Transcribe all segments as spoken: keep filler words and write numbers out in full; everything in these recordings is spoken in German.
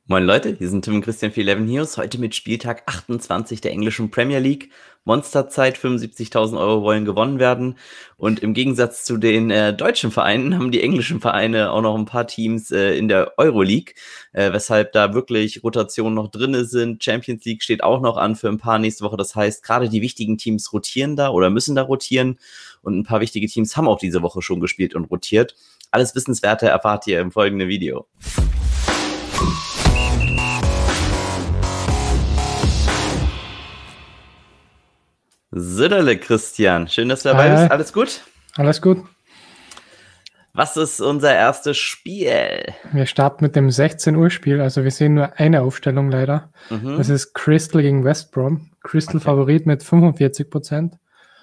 Moin Leute, hier sind Tim und Christian für Eleven News, heute mit Spieltag achtundzwanzig der englischen Premier League. Monsterzeit, fünfundsiebzigtausend Euro wollen gewonnen werden. Und im Gegensatz zu den äh, deutschen Vereinen haben die englischen Vereine auch noch ein paar Teams äh, in der Euroleague, äh, weshalb da wirklich Rotationen noch drin sind. Champions League steht auch noch an für ein paar nächste Woche. Das heißt, gerade die wichtigen Teams rotieren da oder müssen da rotieren. Und ein paar wichtige Teams haben auch diese Woche schon gespielt und rotiert. Alles Wissenswerte erfahrt ihr im folgenden Video. Söderle, Christian. Schön, dass du dabei Hi. bist. Alles gut? Alles gut. Was ist unser erstes Spiel? Wir starten mit dem sechzehn Uhr Spiel. Also wir sehen nur eine Aufstellung leider. Mhm. Das ist Crystal gegen West Brom. Crystal Okay. Favorit mit fünfundvierzig Prozent.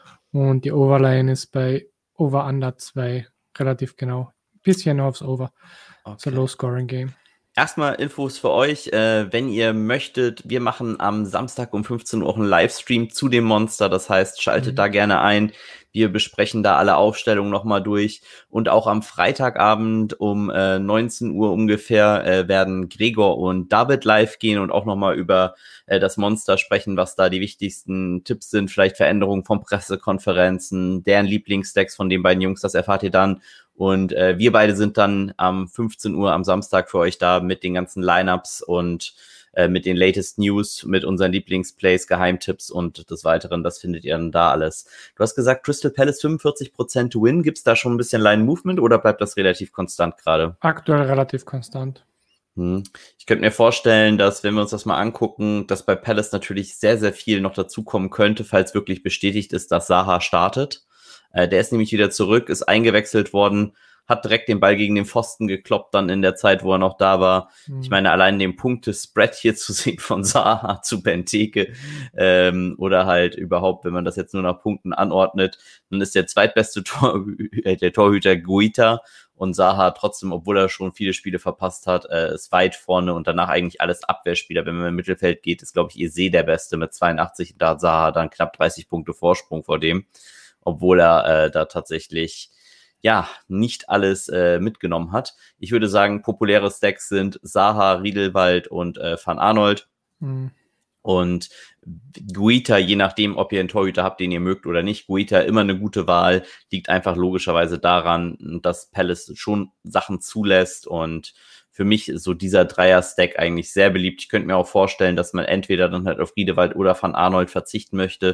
Und die Overline ist bei Over Under zwei. Relativ genau. Bisschen aufs Over. Okay. So Low-Scoring-Game. Erstmal Infos für euch, äh, wenn ihr möchtet, wir machen am Samstag um fünfzehn Uhr einen Livestream zu dem Monster, das heißt, schaltet Mhm. da gerne ein, wir besprechen da alle Aufstellungen nochmal durch und auch am Freitagabend um äh, neunzehn Uhr ungefähr äh, werden Gregor und David live gehen und auch nochmal über äh, das Monster sprechen, was da die wichtigsten Tipps sind, vielleicht Veränderungen von Pressekonferenzen, deren Lieblingsstacks von den beiden Jungs, das erfahrt ihr dann. Und äh, wir beide sind dann am fünfzehn Uhr am Samstag für euch da mit den ganzen Lineups und äh, mit den latest News, mit unseren Lieblingsplays, Geheimtipps und des Weiteren. Das findet ihr dann da alles. Du hast gesagt, Crystal Palace fünfundvierzig Prozent Win. Gibt es da schon ein bisschen Line-Movement oder bleibt das relativ konstant gerade? Aktuell relativ konstant. Hm. Ich könnte mir vorstellen, dass, wenn wir uns das mal angucken, dass bei Palace natürlich sehr, sehr viel noch dazukommen könnte, falls wirklich bestätigt ist, dass Zaha startet. Äh, der ist nämlich wieder zurück, ist eingewechselt worden, hat direkt den Ball gegen den Pfosten gekloppt dann in der Zeit, wo er noch da war. Mhm. Ich meine, allein den Punktespread hier zu sehen von Zaha zu Benteke ähm, oder halt überhaupt, wenn man das jetzt nur nach Punkten anordnet, dann ist der zweitbeste Tor, äh, der Torhüter Guaita und Zaha trotzdem, obwohl er schon viele Spiele verpasst hat, äh, ist weit vorne und danach eigentlich alles Abwehrspieler. Wenn man im Mittelfeld geht, ist, glaube ich, Eze der Beste mit zweiundachtzig, da hat Zaha dann knapp dreißig Punkte Vorsprung vor dem, obwohl er äh, da tatsächlich ja nicht alles äh, mitgenommen hat. Ich würde sagen, populäre Stacks sind Zaha, Riedelwald und äh, Van Arnold. Mhm. Und Guaita, je nachdem, ob ihr einen Torhüter habt, den ihr mögt oder nicht, Guaita immer eine gute Wahl, liegt einfach logischerweise daran, dass Palace schon Sachen zulässt und für mich ist so dieser Dreier-Stack eigentlich sehr beliebt. Ich könnte mir auch vorstellen, dass man entweder dann halt auf Riedewald oder Van Arnold verzichten möchte.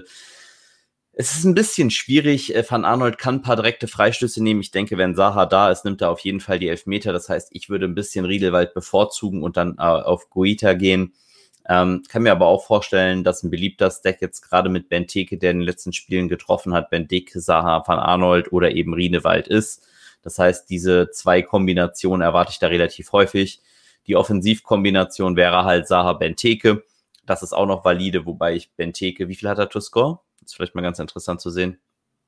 Es ist ein bisschen schwierig. Van Arnold kann ein paar direkte Freistöße nehmen. Ich denke, wenn Zaha da ist, nimmt er auf jeden Fall die Elfmeter. Das heißt, ich würde ein bisschen Riedelwald bevorzugen und dann äh, auf Guaita gehen. Ähm, kann mir aber auch vorstellen, dass ein beliebter Stack jetzt gerade mit Benteke, der in den letzten Spielen getroffen hat, Benteke, Zaha, Van Arnold oder eben Riedewald ist. Das heißt, diese zwei Kombinationen erwarte ich da relativ häufig. Die Offensivkombination wäre halt Zaha, Benteke. Das ist auch noch valide, wobei ich Benteke, wie viel hat er to score? Das ist vielleicht mal ganz interessant zu sehen.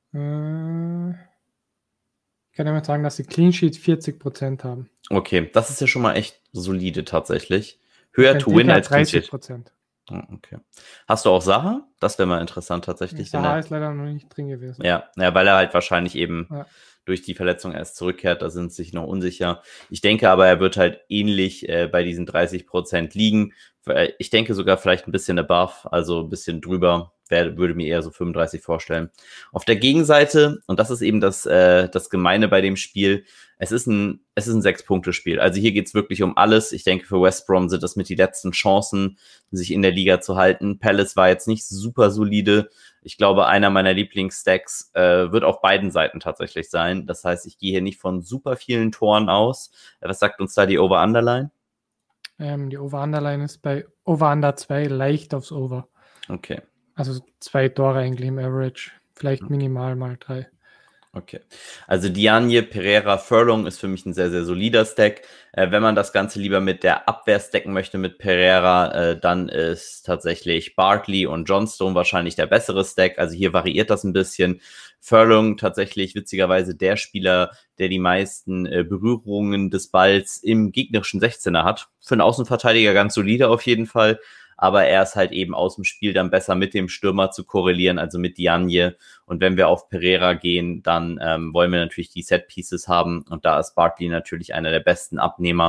Äh, ich kann ja mal sagen, dass die Clean Sheet vierzig Prozent haben. Okay, das ist ja schon mal echt solide tatsächlich. Höher Benteke to win hat als Clean dreißig Sheet. Prozent. Oh, okay. Hast du auch Zaha? Das wäre mal interessant tatsächlich. wenn Zaha er- ist leider noch nicht drin gewesen. Ja, ja, weil er halt wahrscheinlich eben Ja. durch die Verletzung erst zurückkehrt, da sind sie sich noch unsicher. Ich denke aber, er wird halt ähnlich äh, bei diesen dreißig Prozent liegen. Äh, Ich denke sogar vielleicht ein bisschen above, also ein bisschen drüber. Wär, würde mir eher so fünfunddreißig vorstellen. Auf der Gegenseite, und das ist eben das, äh, das Gemeine bei dem Spiel, es ist ein, es ist ein Sechs-Punkte-Spiel. Also hier geht's wirklich um alles. Ich denke, für West Brom sind das mit die letzten Chancen, sich in der Liga zu halten. Palace war jetzt nicht super solide. Ich glaube, einer meiner Lieblingsstacks äh, wird auf beiden Seiten tatsächlich sein. Das heißt, ich gehe hier nicht von super vielen Toren aus. Äh, Was sagt uns da die Over-Underline? Ähm, die Over-Underline ist bei Over-Under zwei leicht aufs Over. Okay, Also zwei Tore eigentlich im Average. Vielleicht minimal mal drei. okay. Also Diagne, Pereira, Furlong ist für mich ein sehr, sehr solider Stack. Äh, wenn man das Ganze lieber mit der Abwehr stacken möchte mit Pereira, äh, dann ist tatsächlich Barkley und Johnstone wahrscheinlich der bessere Stack. Also hier variiert das ein bisschen. Furlong tatsächlich witzigerweise der Spieler, der die meisten äh, Berührungen des Balls im gegnerischen sechzehner hat. Für einen Außenverteidiger ganz solide auf jeden Fall. Aber er ist halt eben aus dem Spiel dann besser mit dem Stürmer zu korrelieren, also mit Diagne. Und wenn wir auf Pereira gehen, dann ähm, wollen wir natürlich die Set-Pieces haben. Und da ist Barkley natürlich einer der besten Abnehmer.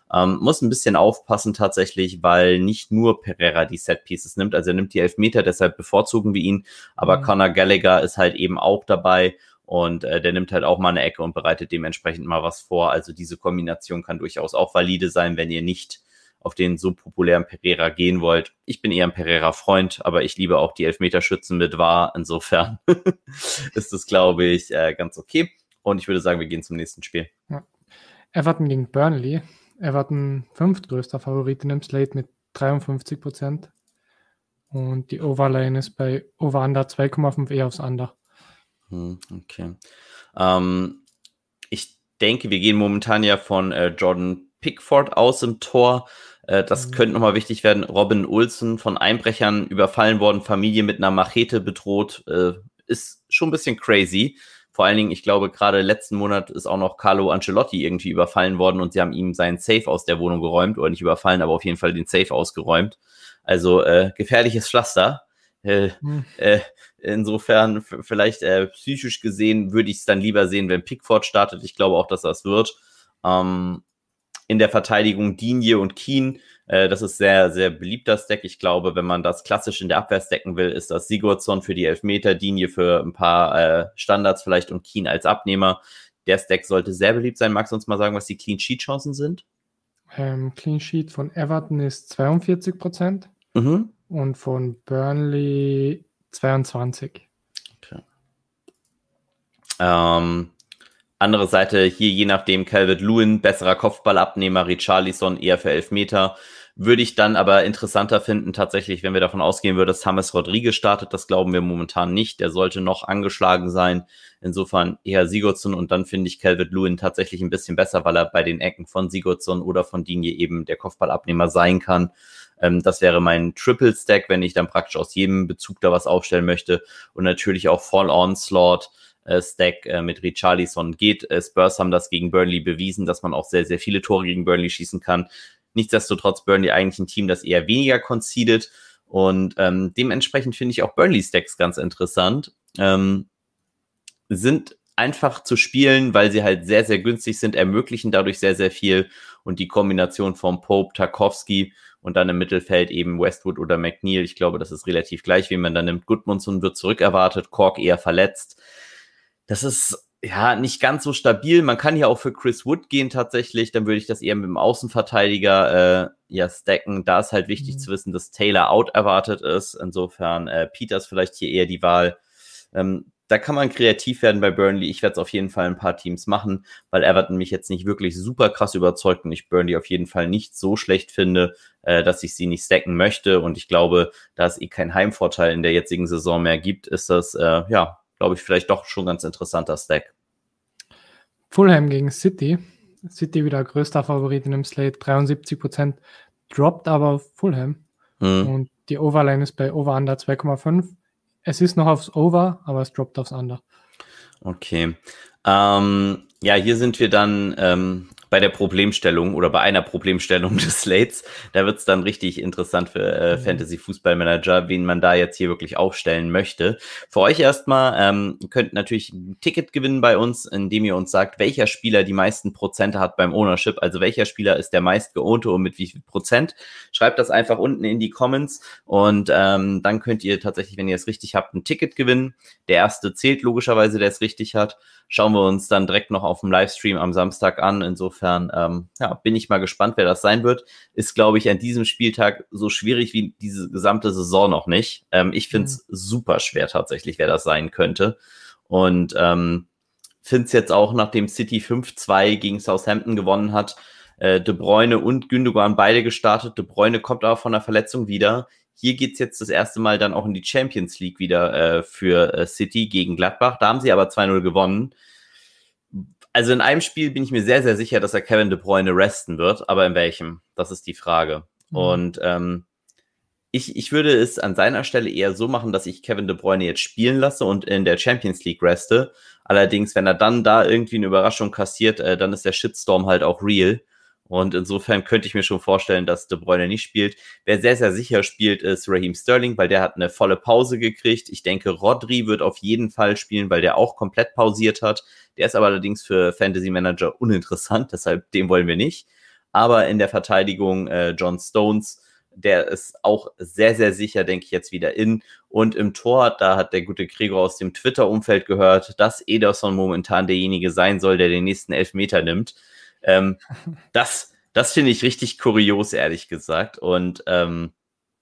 Ähm, muss ein bisschen aufpassen tatsächlich, weil nicht nur Pereira die Set-Pieces nimmt, also er nimmt die Elfmeter, deshalb bevorzugen wir ihn, aber mhm. Conor Gallagher ist halt eben auch dabei und äh, der nimmt halt auch mal eine Ecke und bereitet dementsprechend mal was vor, also diese Kombination kann durchaus auch valide sein, wenn ihr nicht auf den so populären Pereira gehen wollt. Ich bin eher ein Pereira-Freund, aber ich liebe auch die Elfmeterschützen mit V A R. Insofern ist es, glaube ich, äh, ganz okay. Und ich würde sagen, wir gehen zum nächsten Spiel. Ja. Everton gegen Burnley. Everton fünftgrößter Favorit in dem Slate mit dreiundfünfzig Prozent. Und die Overline ist bei Over-Under zwei Komma fünf eher aufs Under. Hm, okay. Ähm, ich denke, wir gehen momentan ja von äh, Jordan Pickford aus im Tor. Äh, das mhm. könnte nochmal wichtig werden. Robin Olsen von Einbrechern überfallen worden, Familie mit einer Machete bedroht. Äh, ist schon ein bisschen crazy. Vor allen Dingen, ich glaube, gerade letzten Monat ist auch noch Carlo Ancelotti irgendwie überfallen worden und sie haben ihm seinen Safe aus der Wohnung geräumt. Oder nicht überfallen, aber auf jeden Fall den Safe ausgeräumt. Also äh, gefährliches Pflaster. Äh, hm. äh, insofern f- vielleicht äh, psychisch gesehen würde ich es dann lieber sehen, wenn Pickford startet. Ich glaube auch, dass das wird. Ähm, in der Verteidigung Digne und Keane. Äh, das ist sehr, sehr beliebter Stack. Ich glaube, wenn man das klassisch in der Abwehr stacken will, ist das Sigurdsson für die Elfmeter, Digne für ein paar äh, Standards vielleicht und Keane als Abnehmer. Der Stack sollte sehr beliebt sein. Magst du uns mal sagen, was die Clean-Sheet-Chancen sind? Ähm, Clean Sheet von Everton ist zweiundvierzig Prozent mhm. und von Burnley zweiundzwanzig. Okay. Ähm, andere Seite hier, je nachdem, Calvert-Lewin, besserer Kopfballabnehmer, Richarlison eher für Elfmeter. Würde ich dann aber interessanter finden, tatsächlich, wenn wir davon ausgehen würden, dass James Rodriguez startet. Das glauben wir momentan nicht. Der sollte noch angeschlagen sein. Insofern eher Sigurdsson und dann finde ich Calvert-Lewin tatsächlich ein bisschen besser, weil er bei den Ecken von Sigurdsson oder von Digne eben der Kopfballabnehmer sein kann. Ähm, das wäre mein Triple-Stack, wenn ich dann praktisch aus jedem Bezug da was aufstellen möchte. Und natürlich auch Fall-Onslaught. Stack äh, mit Richarlison geht. Äh, Spurs haben das gegen Burnley bewiesen, dass man auch sehr, sehr viele Tore gegen Burnley schießen kann. Nichtsdestotrotz Burnley eigentlich ein Team, das eher weniger conceded und ähm, dementsprechend finde ich auch Burnley-Stacks ganz interessant. Ähm, sind einfach zu spielen, weil sie halt sehr, sehr günstig sind, ermöglichen dadurch sehr, sehr viel und die Kombination von Pope, Tarkowski und dann im Mittelfeld eben Westwood oder McNeil, ich glaube, das ist relativ gleich, wie man da nimmt. Gudmundsson wird zurückerwartet, Cork eher verletzt. Das ist ja nicht ganz so stabil. Man kann hier auch für Chris Wood gehen tatsächlich. Dann würde ich das eher mit dem Außenverteidiger äh, ja stacken. Da ist halt wichtig mhm. zu wissen, dass Taylor out erwartet ist. Insofern äh, Peters vielleicht hier eher die Wahl. Ähm, da kann man kreativ werden bei Burnley. Ich werde es auf jeden Fall ein paar Teams machen, weil Everton mich jetzt nicht wirklich super krass überzeugt und ich Burnley auf jeden Fall nicht so schlecht finde, äh, dass ich sie nicht stacken möchte. Und ich glaube, da es eh keinen Heimvorteil in der jetzigen Saison mehr gibt, ist das äh, ja glaube ich, vielleicht doch schon ganz interessanter Stack. Fulham gegen City. City wieder größter Favorit in dem Slate, dreiundsiebzig Prozent, droppt aber auf Fulham. Hm. Und die Overline ist bei Over-Under zwei Komma fünf. Es ist noch aufs Over, aber es droppt aufs Under. Okay. Ähm, ja, hier sind wir dann ähm, bei der Problemstellung oder bei einer Problemstellung des Slates. Da wird es dann richtig interessant für äh, mhm. Fantasy-Fußballmanager, wen man da jetzt hier wirklich aufstellen möchte. Für euch erstmal, ähm, ihr könnt natürlich ein Ticket gewinnen bei uns, indem ihr uns sagt, welcher Spieler die meisten Prozente hat beim Ownership, also welcher Spieler ist der meist geownte und mit wie viel Prozent. Schreibt das einfach unten in die Comments und ähm, dann könnt ihr tatsächlich, wenn ihr es richtig habt, ein Ticket gewinnen. Der erste zählt logischerweise, der es richtig hat. Schauen wir uns dann direkt noch auf dem Livestream am Samstag an. Insofern ähm, ja, bin ich mal gespannt, wer das sein wird. Ist, glaube ich, an diesem Spieltag so schwierig wie diese gesamte Saison noch nicht. Ähm, ich finde es mhm. super schwer tatsächlich, wer das sein könnte. Und ähm, finde es jetzt auch, nachdem City fünf zwei gegen Southampton gewonnen hat, äh, De Bruyne und Gündogan beide gestartet. De Bruyne kommt aber von der Verletzung wieder. Hier geht's jetzt das erste Mal dann auch in die Champions League wieder äh, für äh, City gegen Gladbach. Da haben sie aber zwei null gewonnen. Also in einem Spiel bin ich mir sehr, sehr sicher, dass er Kevin De Bruyne resten wird. Aber in welchem? Das ist die Frage. Mhm. Und ähm, ich, ich würde es an seiner Stelle eher so machen, dass ich Kevin De Bruyne jetzt spielen lasse und in der Champions League reste. Allerdings, wenn er dann da irgendwie eine Überraschung kassiert, äh, dann ist der Shitstorm halt auch real. Und insofern könnte ich mir schon vorstellen, dass De Bruyne nicht spielt. Wer sehr, sehr sicher spielt, ist Raheem Sterling, weil der hat eine volle Pause gekriegt. Ich denke, Rodri wird auf jeden Fall spielen, weil der auch komplett pausiert hat. Der ist aber allerdings für Fantasy Manager uninteressant, deshalb den wollen wir nicht. Aber in der Verteidigung äh, John Stones, der ist auch sehr, sehr sicher, denke ich, jetzt wieder in. Und im Tor, da hat der gute Gregor aus dem Twitter-Umfeld gehört, dass Ederson momentan derjenige sein soll, der den nächsten Elfmeter nimmt. Ähm, das das finde ich richtig kurios, ehrlich gesagt. Und ähm,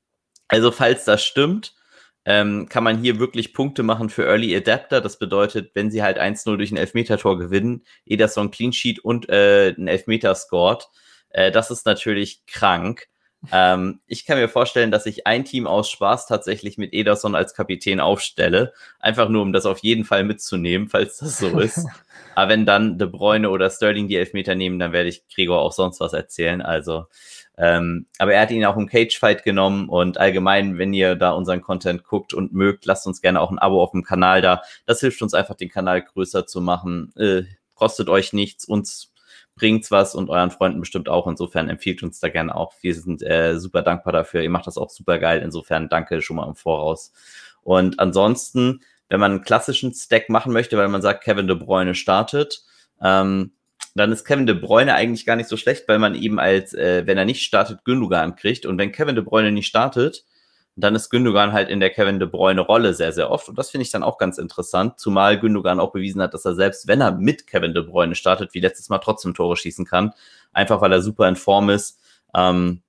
also falls das stimmt, ähm, kann man hier wirklich Punkte machen für Early Adapter. Das bedeutet, wenn sie halt eins null durch ein Elfmeter-Tor gewinnen, Ederson Clean Sheet und äh, ein Elfmeter scored, äh, das ist natürlich krank. Ähm, ich kann mir vorstellen, dass ich ein Team aus Spaß tatsächlich mit Ederson als Kapitän aufstelle, einfach nur, um das auf jeden Fall mitzunehmen, falls das so ist. Aber wenn dann De Bruyne oder Sterling die Elfmeter nehmen, dann werde ich Gregor auch sonst was erzählen. Also, ähm, aber er hat ihn auch im Cagefight genommen und allgemein, wenn ihr da unseren Content guckt und mögt, lasst uns gerne auch ein Abo auf dem Kanal da. Das hilft uns einfach, den Kanal größer zu machen. Äh, kostet euch nichts, uns bringt's was und euren Freunden bestimmt auch. Insofern empfiehlt uns da gerne auch. Wir sind äh, super dankbar dafür. Ihr macht das auch super geil. Insofern danke schon mal im Voraus. Und ansonsten, wenn man einen klassischen Stack machen möchte, weil man sagt, Kevin De Bruyne startet, ähm, dann ist Kevin De Bruyne eigentlich gar nicht so schlecht, weil man eben als, äh, wenn er nicht startet, Gündogan kriegt. Und wenn Kevin De Bruyne nicht startet, dann ist Gündogan halt in der Kevin De Bruyne-Rolle sehr, sehr oft. Und das finde ich dann auch ganz interessant, zumal Gündogan auch bewiesen hat, dass er selbst, wenn er mit Kevin De Bruyne startet, wie letztes Mal trotzdem Tore schießen kann. Einfach, weil er super in Form ist. Ähm,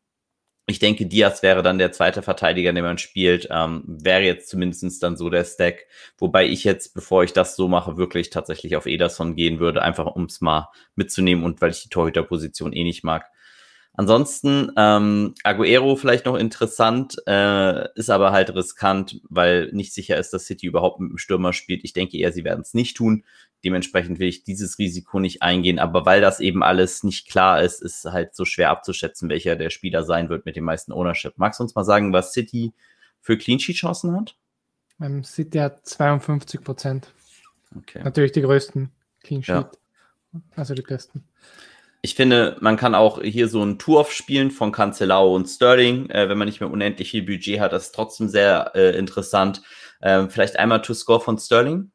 ich denke, Diaz wäre dann der zweite Verteidiger, den man spielt. Ähm, wäre jetzt zumindest dann so der Stack. Wobei ich jetzt, bevor ich das so mache, wirklich tatsächlich auf Ederson gehen würde, einfach um es mal mitzunehmen und weil ich die Torhüterposition eh nicht mag. Ansonsten, ähm, Aguero vielleicht noch interessant, äh, ist aber halt riskant, weil nicht sicher ist, dass City überhaupt mit dem Stürmer spielt. Ich denke eher, sie werden es nicht tun. Dementsprechend will ich dieses Risiko nicht eingehen. Aber weil das eben alles nicht klar ist, ist halt so schwer abzuschätzen, welcher der Spieler sein wird mit dem meisten Ownership. Magst du uns mal sagen, was City für Clean-Sheet-Chancen hat? Ähm, City hat zweiundfünfzig Prozent. Okay. Natürlich die größten Clean-Sheet, ja. Also die besten. Ich finde, man kann auch hier so ein Tour-Off spielen von Cancelao und Sterling, äh, wenn man nicht mehr unendlich viel Budget hat. Das ist trotzdem sehr äh, interessant. Ähm, vielleicht einmal To-Score von Sterling?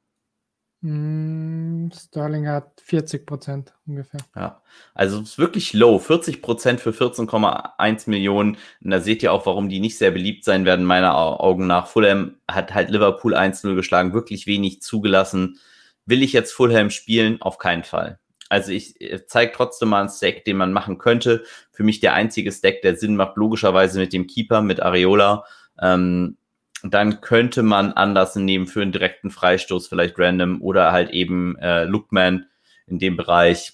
Mm, Sterling hat vierzig Prozent ungefähr. Ja, also es ist wirklich low. vierzig Prozent für vierzehn Komma eins Millionen. Und da seht ihr auch, warum die nicht sehr beliebt sein werden, meiner Augen nach. Fulham hat halt Liverpool eins null geschlagen, wirklich wenig zugelassen. Will ich jetzt Fulham spielen? Auf keinen Fall. Also ich zeige trotzdem mal einen Stack, den man machen könnte. Für mich der einzige Stack, der Sinn macht, logischerweise mit dem Keeper, mit Areola. Ähm, dann könnte man Andersen nehmen für einen direkten Freistoß, vielleicht random, oder halt eben äh, Lookman in dem Bereich.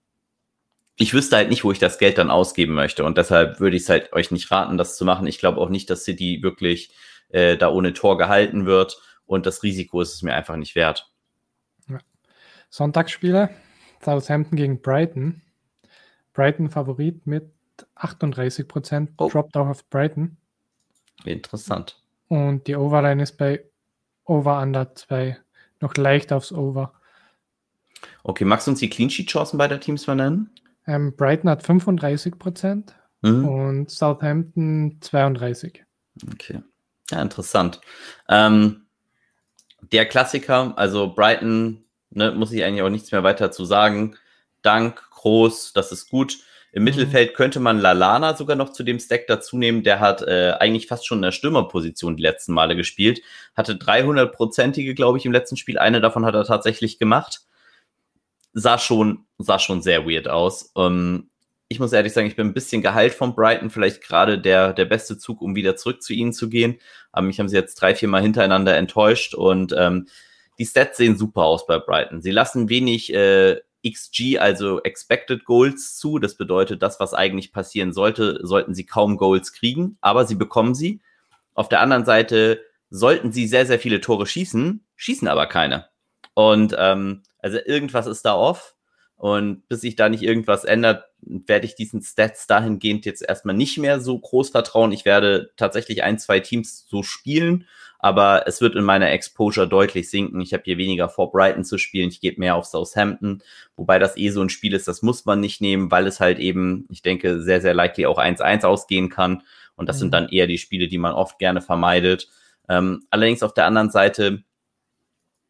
Ich wüsste halt nicht, wo ich das Geld dann ausgeben möchte und deshalb würde ich es halt euch nicht raten, das zu machen. Ich glaube auch nicht, dass City wirklich äh, da ohne Tor gehalten wird und das Risiko ist es mir einfach nicht wert. Ja. Sonntagsspiele. Southampton gegen Brighton. Brighton Favorit mit achtunddreißig Prozent. Oh. Dropped auch auf Brighton. Interessant. Und die Overline ist bei Over Under zwei. Noch leicht aufs Over. Okay, magst du uns die Clean-Sheet-Chancen beider Teams mal nennen? Ähm, Brighton hat fünfunddreißig Prozent mhm. und Southampton zweiunddreißig. Okay, ja, interessant. Ähm, der Klassiker, also Brighton, ne, muss ich eigentlich auch nichts mehr weiter zu sagen. Dank, Groß, das ist gut. Im mhm. Mittelfeld könnte man Lallana sogar noch zu dem Stack dazu nehmen. Der hat äh, eigentlich fast schon in der Stürmerposition die letzten Male gespielt. Hatte dreihundert-prozentige, glaube ich, im letzten Spiel. Eine davon hat er tatsächlich gemacht. Sah schon, sah schon sehr weird aus. Ähm, ich muss ehrlich sagen, ich bin ein bisschen geheilt von Brighton. Vielleicht gerade der, der beste Zug, um wieder zurück zu ihnen zu gehen. Aber mich haben sie jetzt drei, vier Mal hintereinander enttäuscht. Und ähm, die Stats sehen super aus bei Brighton. Sie lassen wenig äh, X G, also Expected Goals zu. Das bedeutet, das, was eigentlich passieren sollte, sollten sie kaum Goals kriegen. Aber sie bekommen sie. Auf der anderen Seite sollten sie sehr, sehr viele Tore schießen, schießen aber keine. Und ähm, also irgendwas ist da off. Und bis sich da nicht irgendwas ändert, werde ich diesen Stats dahingehend jetzt erstmal nicht mehr so groß vertrauen. Ich werde tatsächlich ein, zwei Teams so spielen, aber es wird in meiner Exposure deutlich sinken. Ich habe hier weniger vor, Brighton zu spielen. Ich gebe mehr auf Southampton, wobei das eh so ein Spiel ist, das muss man nicht nehmen, weil es halt eben, ich denke, sehr, sehr likely auch eins eins ausgehen kann. Und das mhm. sind dann eher die Spiele, die man oft gerne vermeidet. Ähm, allerdings auf der anderen Seite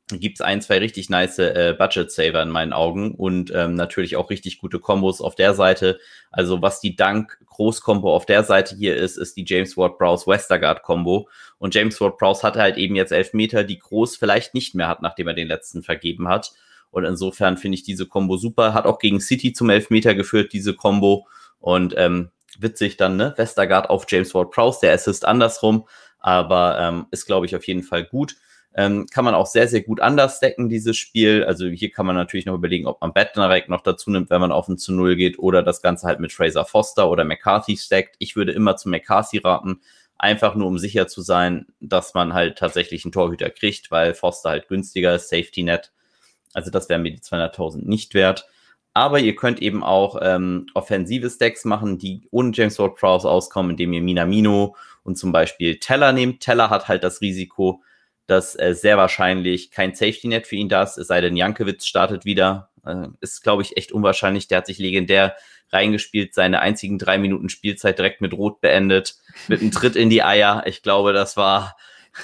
gibt es ein, zwei richtig nice äh, Budget-Saver in meinen Augen und ähm, natürlich auch richtig gute Kombos auf der Seite. Also was die Dunk-Groß-Kombo auf der Seite hier ist, ist die James Ward-Prowse-Westergaard-Kombo. Und James Ward-Prowse hatte halt eben jetzt Elfmeter, die Groß vielleicht nicht mehr hat, nachdem er den letzten vergeben hat. Und insofern finde ich diese Kombo super. Hat auch gegen City zum Elfmeter geführt, diese Kombo. Und ähm, witzig dann, ne? Westergaard auf James Ward-Prowse, der Assist andersrum. Aber ähm, ist, glaube ich, auf jeden Fall gut. Ähm, kann man auch sehr, sehr gut anders decken, dieses Spiel. Also hier kann man natürlich noch überlegen, ob man Bednarek noch dazu nimmt, wenn man auf ein zu null geht oder das Ganze halt mit Fraser Foster oder McCarthy stackt. Ich würde immer zu McCarthy raten, einfach nur um sicher zu sein, dass man halt tatsächlich einen Torhüter kriegt, weil Foster halt günstiger ist, Safety Net. Also das wären mir die zweihunderttausend nicht wert. Aber ihr könnt eben auch ähm, offensive Stacks machen, die ohne James Ward-Prowse auskommen, indem ihr Minamino und zum Beispiel Teller nehmt. Teller hat halt das Risiko, dass äh, sehr wahrscheinlich kein Safety-Net für ihn da ist, es sei denn, Jankiewicz startet wieder. Äh, ist, glaube ich, echt unwahrscheinlich. Der hat sich legendär reingespielt, seine einzigen drei Minuten Spielzeit direkt mit Rot beendet, mit einem Tritt in die Eier. Ich glaube, das war...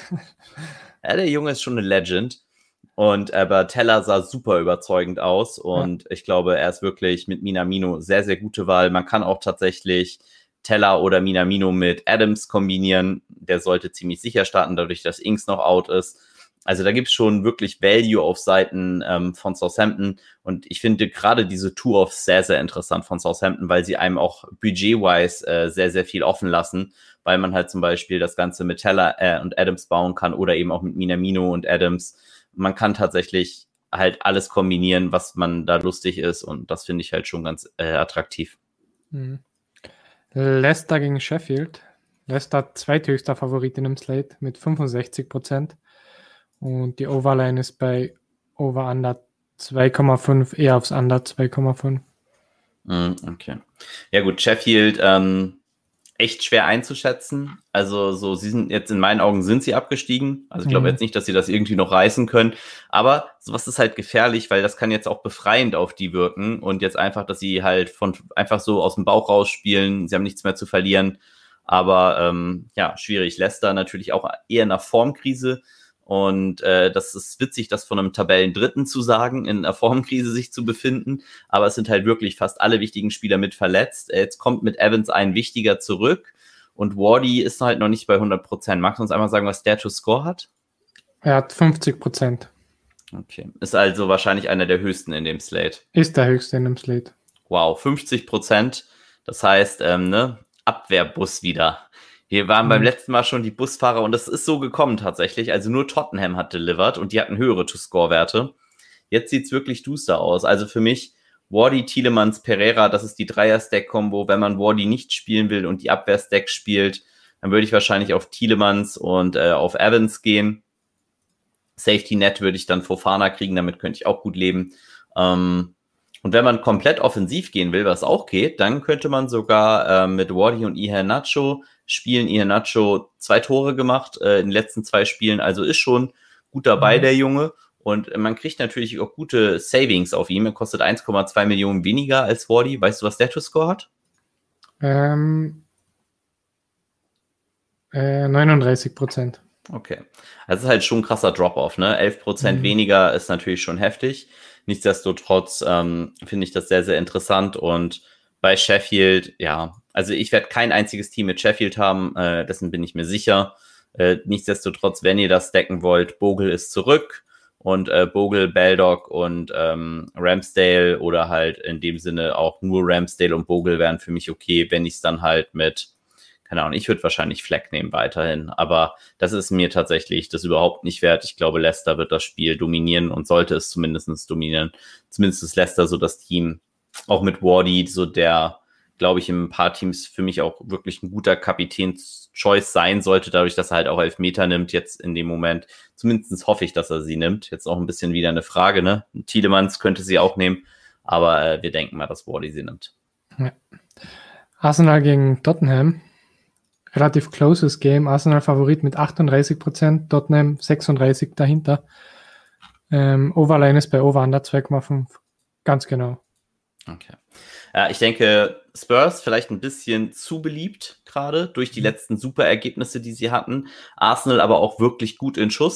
ja, der Junge ist schon eine Legend. Und aber Teller sah super überzeugend aus und ja. Ich glaube, er ist wirklich mit Minamino sehr, sehr gute Wahl. Man kann auch tatsächlich Teller oder Minamino mit Adams kombinieren. Der sollte ziemlich sicher starten, dadurch, dass Ings noch out ist. Also da gibt es schon wirklich Value auf Seiten ähm, von Southampton. Und ich finde gerade diese Two-Offs sehr, sehr interessant von Southampton, weil sie einem auch budget-wise äh, sehr, sehr viel offen lassen, weil man halt zum Beispiel das Ganze mit Teller äh, und Adams bauen kann oder eben auch mit Minamino und Adams. Man kann tatsächlich halt alles kombinieren, was man da lustig ist. Und das finde ich halt schon ganz äh, attraktiv. Mhm. Leicester gegen Sheffield. Leicester zweithöchster Favorit in dem Slate mit fünfundsechzig Prozent. Und die Overline ist bei Over-Under zwei Komma fünf, eher aufs Under zwei Komma fünf. Okay. Ja gut, Sheffield ähm, echt schwer einzuschätzen. Also so, sie sind jetzt in meinen Augen sind sie abgestiegen. Also ich glaube mhm. jetzt nicht, dass sie das irgendwie noch reißen können. Aber sowas ist halt gefährlich, weil das kann jetzt auch befreiend auf die wirken. Und jetzt einfach, dass sie halt von einfach so aus dem Bauch rausspielen. Sie haben nichts mehr zu verlieren. Aber ähm, ja, schwierig. Leicester natürlich auch eher in einer Formkrise. Und äh, das ist witzig, das von einem Tabellendritten zu sagen, in einer Formkrise sich zu befinden. Aber es sind halt wirklich fast alle wichtigen Spieler mit verletzt. Jetzt kommt mit Evans ein wichtiger zurück. Und Wardy ist halt noch nicht bei hundert Prozent. Magst du uns einmal sagen, was der to score hat? Er hat fünfzig Prozent. Okay. Ist also wahrscheinlich einer der höchsten in dem Slate. Ist der höchste in dem Slate. Wow, fünfzig Prozent. Das heißt, ähm, ne, Abwehrbus wieder. Wir waren mhm. beim letzten Mal schon die Busfahrer und das ist so gekommen tatsächlich. Also nur Tottenham hat delivered und die hatten höhere To-Score-Werte. Jetzt sieht es wirklich duster aus. Also für mich Wardy, Tielemans, Pereira, das ist die Dreier-Stack-Kombo. Wenn man Wardy nicht spielen will und die Abwehr-Stack spielt, dann würde ich wahrscheinlich auf Tielemans und äh, auf Evans gehen. Safety Net würde ich dann Fofana kriegen, damit könnte ich auch gut leben. Ähm, und wenn man komplett offensiv gehen will, was auch geht, dann könnte man sogar äh, mit Wardy und Iheanacho spielen. Iheanacho zwei Tore gemacht äh, in den letzten zwei Spielen, also ist schon gut dabei, mhm. der Junge. Und man kriegt natürlich auch gute Savings auf ihm. Er kostet eins Komma zwei Millionen weniger als Wardy. Weißt du, was der to score hat? Ähm, äh, neununddreißig Prozent. Okay. Das ist halt schon ein krasser Drop-Off, ne? elf Prozent mhm. weniger ist natürlich schon heftig. Nichtsdestotrotz ähm, finde ich das sehr, sehr interessant. Und bei Sheffield, ja, also ich werde kein einziges Team mit Sheffield haben, äh, dessen bin ich mir sicher. Äh, nichtsdestotrotz, wenn ihr das decken wollt, Bogle ist zurück. Und äh, Bogle, Baldock und ähm, Ramsdale oder halt in dem Sinne auch nur Ramsdale und Bogle wären für mich okay, wenn ich es dann halt mit, keine Ahnung, ich würde wahrscheinlich Fleck nehmen weiterhin, aber das ist mir tatsächlich das überhaupt nicht wert. Ich glaube, Leicester wird das Spiel dominieren und sollte es zumindest dominieren. Zumindest ist Leicester so das Team, auch mit Wardy, so der, glaube ich, in ein paar Teams für mich auch wirklich ein guter Kapitäns-Choice sein sollte, dadurch, dass er halt auch Elfmeter nimmt jetzt in dem Moment. Zumindest hoffe ich, dass er sie nimmt. Jetzt auch ein bisschen wieder eine Frage, ne? Tielemans könnte sie auch nehmen, aber äh, wir denken mal, dass Wardy sie nimmt. Ja. Arsenal gegen Tottenham. Relativ closes Game. Arsenal Favorit mit achtunddreißig Prozent, Tottenham sechsunddreißig dahinter. Ähm, Overline ist bei Over-Under zwei Komma fünf. Ganz genau. Okay. Ja, ich denke, Spurs vielleicht ein bisschen zu beliebt gerade durch die letzten super Ergebnisse, die sie hatten. Arsenal aber auch wirklich gut in Schuss.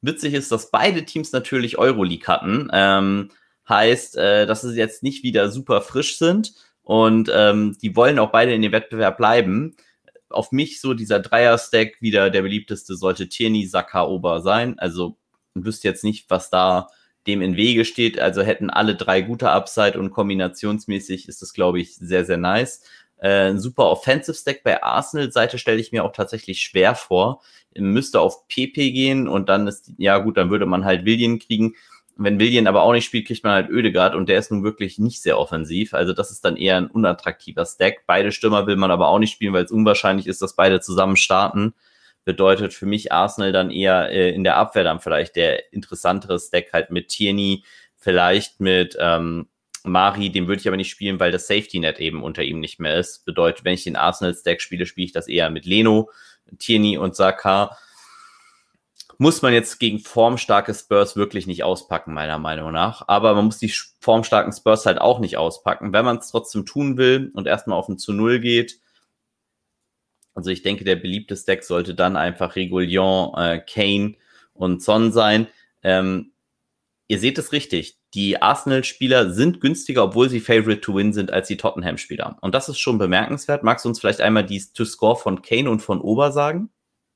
Witzig ist, dass beide Teams natürlich Euroleague hatten. Ähm, heißt, äh, dass sie jetzt nicht wieder super frisch sind und ähm, die wollen auch beide in dem Wettbewerb bleiben. Auf mich so dieser Dreier-Stack wieder der beliebteste sollte Tierney, Saka, Ober sein. Also ich wüsste jetzt nicht, was da dem in Wege steht. Also hätten alle drei gute Upside und kombinationsmäßig ist das, glaube ich, sehr, sehr nice. Äh, ein super Offensive-Stack bei Arsenal-Seite stelle ich mir auch tatsächlich schwer vor. Müsste auf P P gehen und dann ist, ja gut, dann würde man halt Willian kriegen. Wenn Willian aber auch nicht spielt, kriegt man halt Oedegaard und der ist nun wirklich nicht sehr offensiv. Also das ist dann eher ein unattraktiver Stack. Beide Stürmer will man aber auch nicht spielen, weil es unwahrscheinlich ist, dass beide zusammen starten. Bedeutet für mich Arsenal dann eher äh, in der Abwehr dann vielleicht der interessantere Stack halt mit Tierney, vielleicht mit ähm, Mari, den würde ich aber nicht spielen, weil das Safety Net eben unter ihm nicht mehr ist. Bedeutet, wenn ich den Arsenal-Stack spiele, spiele ich das eher mit Leno, Tierney und Saka. Muss man jetzt gegen formstarke Spurs wirklich nicht auspacken, meiner Meinung nach. Aber man muss die formstarken Spurs halt auch nicht auspacken. Wenn man es trotzdem tun will und erstmal auf ein zu null geht, also ich denke, der beliebte Stack sollte dann einfach Reguilon, äh, Kane und Son sein. Ähm, ihr seht es richtig. Die Arsenal-Spieler sind günstiger, obwohl sie Favorite to Win sind, als die Tottenham-Spieler. Und das ist schon bemerkenswert. Magst du uns vielleicht einmal die To-Score von Kane und von Ober sagen?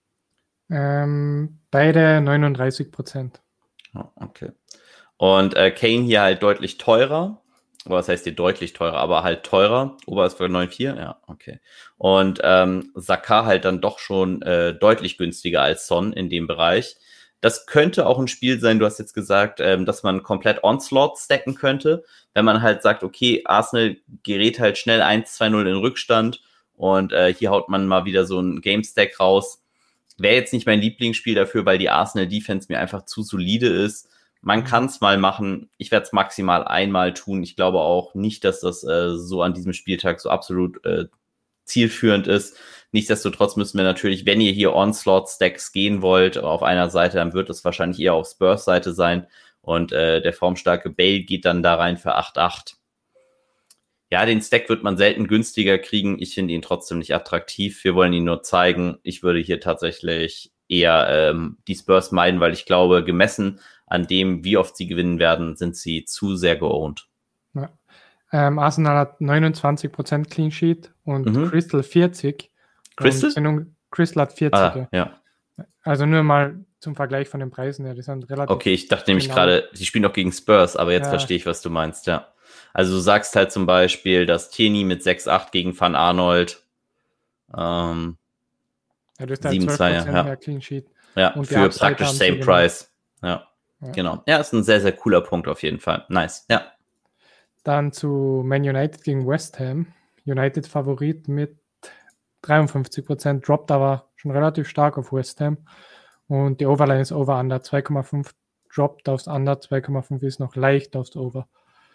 Ähm, beide neununddreißig Prozent. Oh, okay. Und äh, Kane hier halt deutlich teurer. Oder was heißt hier deutlich teurer, aber halt teurer. Ober ist für neun Komma vier, ja, okay. Und ähm, Saka halt dann doch schon äh, deutlich günstiger als Son in dem Bereich. Das könnte auch ein Spiel sein, du hast jetzt gesagt, ähm, dass man komplett Onslaught stacken könnte, wenn man halt sagt, okay, Arsenal gerät halt schnell eins zwei null in Rückstand und äh, hier haut man mal wieder so einen Game-Stack raus. Wäre jetzt nicht mein Lieblingsspiel dafür, weil die Arsenal-Defense mir einfach zu solide ist. Man kann es mal machen. Ich werde es maximal einmal tun. Ich glaube auch nicht, dass das äh, so an diesem Spieltag so absolut äh, zielführend ist. Nichtsdestotrotz müssen wir natürlich, wenn ihr hier Onslaught-Stacks gehen wollt, auf einer Seite, dann wird es wahrscheinlich eher auf Spurs-Seite sein. Und äh, der formstarke Bale geht dann da rein für acht acht. Ja, den Stack wird man selten günstiger kriegen. Ich finde ihn trotzdem nicht attraktiv. Wir wollen ihn nur zeigen. Ich würde hier tatsächlich eher ähm, die Spurs meiden, weil ich glaube, gemessen an dem, wie oft sie gewinnen werden, sind sie zu sehr geowned. Ja. Ähm, Arsenal hat neunundzwanzig Prozent Clean Sheet und Mhm. Crystal vierzig. Crystal? Und Crystal hat vierzig. Ah, ja. Also nur mal zum Vergleich von den Preisen her. Die sind relativ. Okay, ich dachte nämlich genau. gerade, sie spielen doch gegen Spurs, aber jetzt Ja. verstehe ich, was du meinst, ja. Also du sagst halt zum Beispiel, dass Tierney mit sechs acht gegen Van Arnold ähm, Ja, du hast halt sieben zwei, zwölf Prozent ja. mehr Clean Sheet. Ja, Und die für Upside praktisch haben sie same genau. price. Ja, Ja. genau. Ja, ist ein sehr, sehr cooler Punkt auf jeden Fall. Nice, ja. Dann zu Man United gegen West Ham. United Favorit mit dreiundfünfzig Prozent, droppt aber schon relativ stark auf West Ham. Und die Overline ist Over-Under zwei Komma fünf, droppt aufs Under, zwei Komma fünf ist noch leicht aufs Over.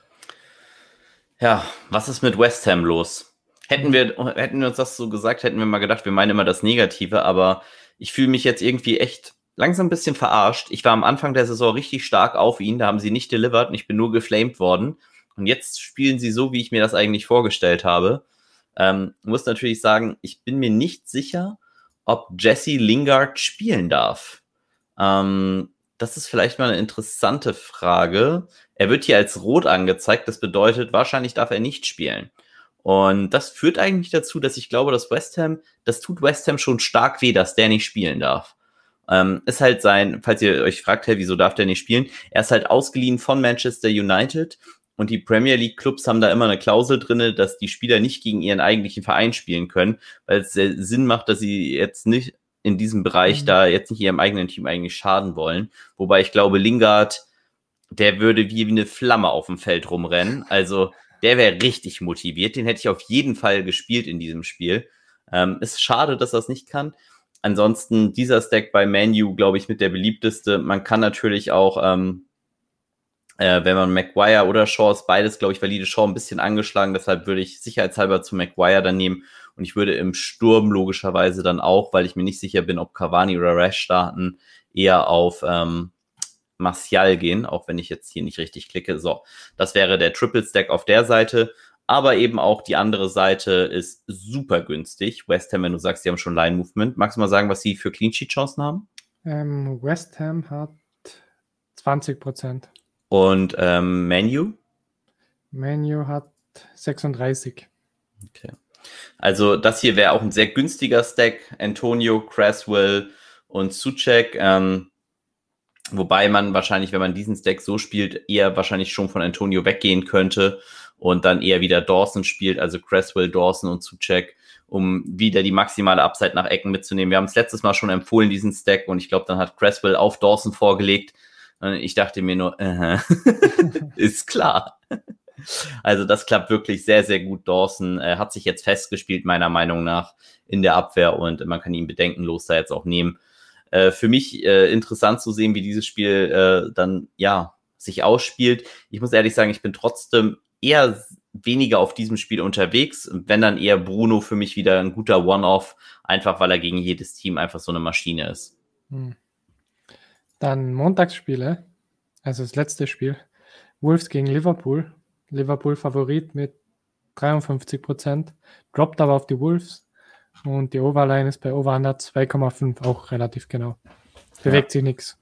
Ja, was ist mit West Ham los? Hätten wir, hätten wir uns das so gesagt, hätten wir mal gedacht, wir meinen immer das Negative, aber ich fühle mich jetzt irgendwie echt langsam ein bisschen verarscht. Ich war am Anfang der Saison richtig stark auf ihn, da haben sie nicht delivered und ich bin nur geflamed worden. Und jetzt spielen sie so, wie ich mir das eigentlich vorgestellt habe. Ähm, muss natürlich sagen, ich bin mir nicht sicher, ob Jesse Lingard spielen darf. Ähm, das ist vielleicht mal eine interessante Frage. Er wird hier als rot angezeigt, das bedeutet, wahrscheinlich darf er nicht spielen. Und das führt eigentlich dazu, dass ich glaube, dass West Ham, das tut West Ham schon stark weh, dass der nicht spielen darf. Ähm, ist halt sein, falls ihr euch fragt, hey, wieso darf der nicht spielen? Er ist halt ausgeliehen von Manchester United und die Premier League Clubs haben da immer eine Klausel drinne, dass die Spieler nicht gegen ihren eigentlichen Verein spielen können, weil es sehr Sinn macht, dass sie jetzt nicht in diesem Bereich mhm. da jetzt nicht ihrem eigenen Team eigentlich schaden wollen. Wobei ich glaube, Lingard, der würde wie eine Flamme auf dem Feld rumrennen. Also der wäre richtig motiviert. Den hätte ich auf jeden Fall gespielt in diesem Spiel. Ähm, ist schade, dass er es nicht kann. Ansonsten dieser Stack bei Man U, glaube ich, mit der beliebteste. Man kann natürlich auch, ähm, äh, wenn man Maguire oder Shaw ist, beides, glaube ich, valide. Shaw ein bisschen angeschlagen, deshalb würde ich sicherheitshalber zu Maguire dann nehmen. Und ich würde im Sturm logischerweise dann auch, weil ich mir nicht sicher bin, ob Cavani oder Rash starten, eher auf ähm, Martial gehen, auch wenn ich jetzt hier nicht richtig klicke. So, das wäre der Triple Stack auf der Seite. Aber eben auch die andere Seite ist super günstig. West Ham, wenn du sagst, die haben schon Line-Movement. Magst du mal sagen, was sie für Clean-Sheet-Chancen haben? Ähm, West Ham hat zwanzig Prozent. Und ähm, Manu? Manu hat sechsunddreißig. Okay. Also das hier wäre auch ein sehr günstiger Stack. Antonio, Cresswell und Souček. Ähm, wobei man wahrscheinlich, wenn man diesen Stack so spielt, eher wahrscheinlich schon von Antonio weggehen könnte und dann eher wieder Dawson spielt, also Cresswell, Dawson und Souček, um wieder die maximale Upside nach Ecken mitzunehmen. Wir haben es letztes Mal schon empfohlen, diesen Stack, und ich glaube, dann hat Cresswell auf Dawson vorgelegt. Ich dachte mir nur, äh, ist klar. Also das klappt wirklich sehr, sehr gut. Dawson äh, hat sich jetzt festgespielt, meiner Meinung nach, in der Abwehr, und man kann ihn bedenkenlos da jetzt auch nehmen. Äh, für mich äh, interessant zu sehen, wie dieses Spiel äh, dann ja sich ausspielt. Ich muss ehrlich sagen, ich bin trotzdem eher weniger auf diesem Spiel unterwegs, wenn dann eher Bruno für mich wieder ein guter One-Off, einfach weil er gegen jedes Team einfach so eine Maschine ist. Hm. Dann Montagsspiele, also das letzte Spiel. Wolves gegen Liverpool. Liverpool Favorit mit dreiundfünfzig Prozent, droppt aber auf die Wolves, und die Overline ist bei Over-Under zwei Komma fünf, auch relativ genau. Bewegt ja. sich nichts.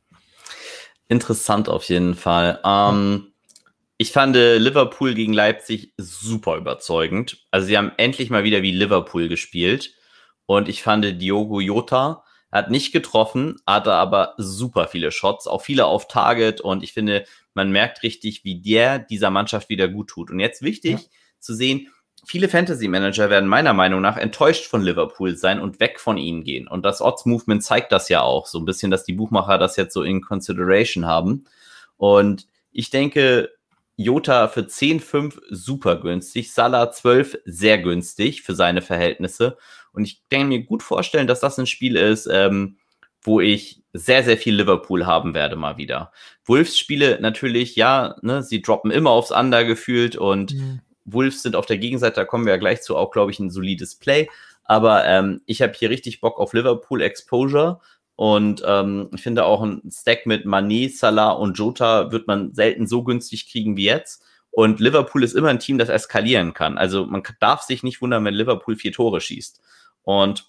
Interessant auf jeden Fall. Ähm, ich fand Liverpool gegen Leipzig super überzeugend. Also sie haben endlich mal wieder wie Liverpool gespielt, und ich fand Diogo Jota hat nicht getroffen, hatte aber super viele Shots, auch viele auf Target, und ich finde, man merkt richtig, wie der dieser Mannschaft wieder gut tut. Und jetzt wichtig ja. zu sehen, viele Fantasy-Manager werden meiner Meinung nach enttäuscht von Liverpool sein und weg von ihnen gehen. Und das Odds-Movement zeigt das ja auch so ein bisschen, dass die Buchmacher das jetzt so in Consideration haben. Und ich denke, Jota für zehn Komma fünf super günstig, Salah zwölf sehr günstig für seine Verhältnisse. Und ich denke mir gut vorstellen, dass das ein Spiel ist, ähm, wo ich sehr, sehr viel Liverpool haben werde mal wieder. Wolves-Spiele natürlich, ja, ne, sie droppen immer aufs Under gefühlt, und mhm. Wolves sind auf der Gegenseite, da kommen wir ja gleich zu, auch, glaube ich, ein solides Play. Aber ähm, ich habe hier richtig Bock auf Liverpool-Exposure, und ähm, ich finde auch ein Stack mit Mané, Salah und Jota wird man selten so günstig kriegen wie jetzt. Und Liverpool ist immer ein Team, das eskalieren kann. Also man darf sich nicht wundern, wenn Liverpool vier Tore schießt. Und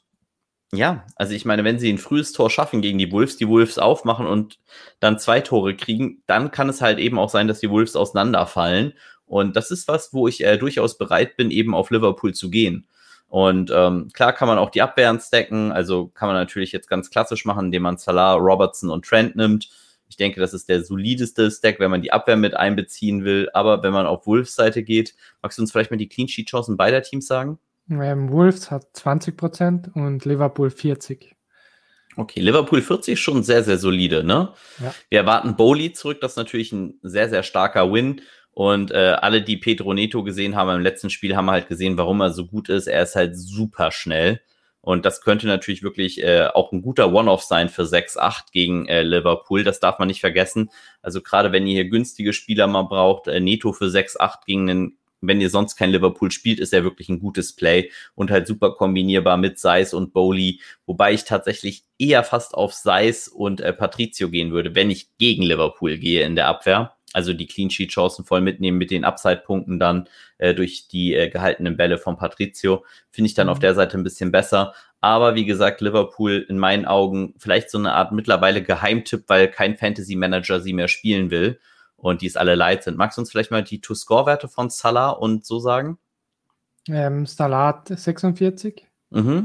ja, also ich meine, wenn sie ein frühes Tor schaffen gegen die Wolves, die Wolves aufmachen und dann zwei Tore kriegen, dann kann es halt eben auch sein, dass die Wolves auseinanderfallen. Und das ist was, wo ich äh, durchaus bereit bin, eben auf Liverpool zu gehen. Und ähm, klar kann man auch die Abwehren stacken, also kann man natürlich jetzt ganz klassisch machen, indem man Salah, Robertson und Trent nimmt. Ich denke, das ist der solideste Stack, wenn man die Abwehr mit einbeziehen will. Aber wenn man auf Wolves Seite geht, magst du uns vielleicht mal die Clean-Sheet-Chancen beider Teams sagen? Ähm, Wolves hat zwanzig Prozent und Liverpool vierzig. Okay, Liverpool vierzig schon sehr, sehr solide, ne? Ja. Wir erwarten Bowley zurück, das ist natürlich ein sehr, sehr starker Win. Und äh, alle, die Pedro Neto gesehen haben im letzten Spiel, haben halt gesehen, warum er so gut ist. Er ist halt super schnell. Und das könnte natürlich wirklich äh, auch ein guter One-Off sein für sechs acht gegen äh, Liverpool. Das darf man nicht vergessen. Also gerade wenn ihr hier günstige Spieler mal braucht, äh, Neto für sechs acht gegen einen, wenn ihr sonst kein Liverpool spielt, ist er wirklich ein gutes Play und halt super kombinierbar mit Saiss und Bowley. Wobei ich tatsächlich eher fast auf Saiss und äh, Patricio gehen würde, wenn ich gegen Liverpool gehe in der Abwehr. Also die Clean-Sheet-Chancen voll mitnehmen mit den Upside-Punkten dann äh, durch die äh, gehaltenen Bälle von Patricio. Finde ich dann mhm. auf der Seite ein bisschen besser. Aber wie gesagt, Liverpool in meinen Augen vielleicht so eine Art mittlerweile Geheimtipp, weil kein Fantasy-Manager sie mehr spielen will und die es alle leid sind. Magst du uns vielleicht mal die To-Score-Werte von Salah und so sagen? Ähm, Salah hat sechsundvierzig. Mhm.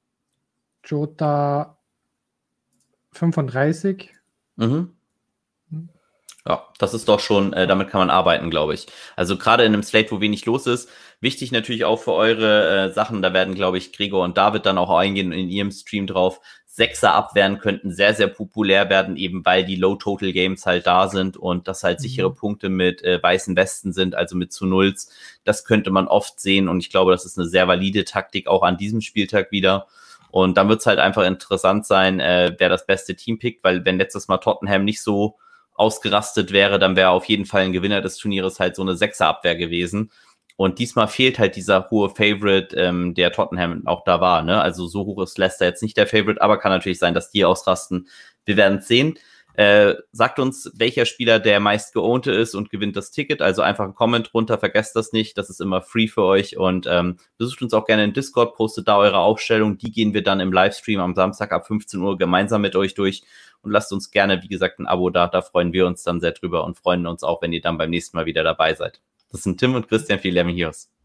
Jota fünfunddreißig. Mhm. Ja, das ist doch schon, äh, damit kann man arbeiten, glaube ich. Also gerade in einem Slate, wo wenig los ist, wichtig natürlich auch für eure äh, Sachen, da werden, glaube ich, Gregor und David dann auch eingehen in ihrem Stream drauf. Sechser Abwehren könnten sehr, sehr populär werden, eben weil die Low-Total-Games halt da sind und das halt sichere mhm. Punkte mit äh, weißen Westen sind, also mit zu Nulls. Das könnte man oft sehen und ich glaube, das ist eine sehr valide Taktik auch an diesem Spieltag wieder. Und dann wird es halt einfach interessant sein, äh, wer das beste Team pickt, weil wenn letztes Mal Tottenham nicht so ausgerastet wäre, dann wäre auf jeden Fall ein Gewinner des Turnieres halt so eine Sechser-Abwehr gewesen. Und diesmal fehlt halt dieser hohe Favorite, ähm, der Tottenham auch da war. Ne? Also so hoch ist Leicester jetzt nicht der Favorite, aber kann natürlich sein, dass die ausrasten. Wir werden es sehen. Äh, sagt uns, welcher Spieler der meist geownte ist und gewinnt das Ticket. Also einfach einen Comment runter, vergesst das nicht. Das ist immer free für euch. Und ähm, besucht uns auch gerne in Discord, postet da eure Aufstellung. Die gehen wir dann im Livestream am Samstag ab fünfzehn Uhr gemeinsam mit euch durch. Und lasst uns gerne, wie gesagt, ein Abo da. Da freuen wir uns dann sehr drüber und freuen uns auch, wenn ihr dann beim nächsten Mal wieder dabei seid. Das sind Tim und Christian für Lemmy Heroes.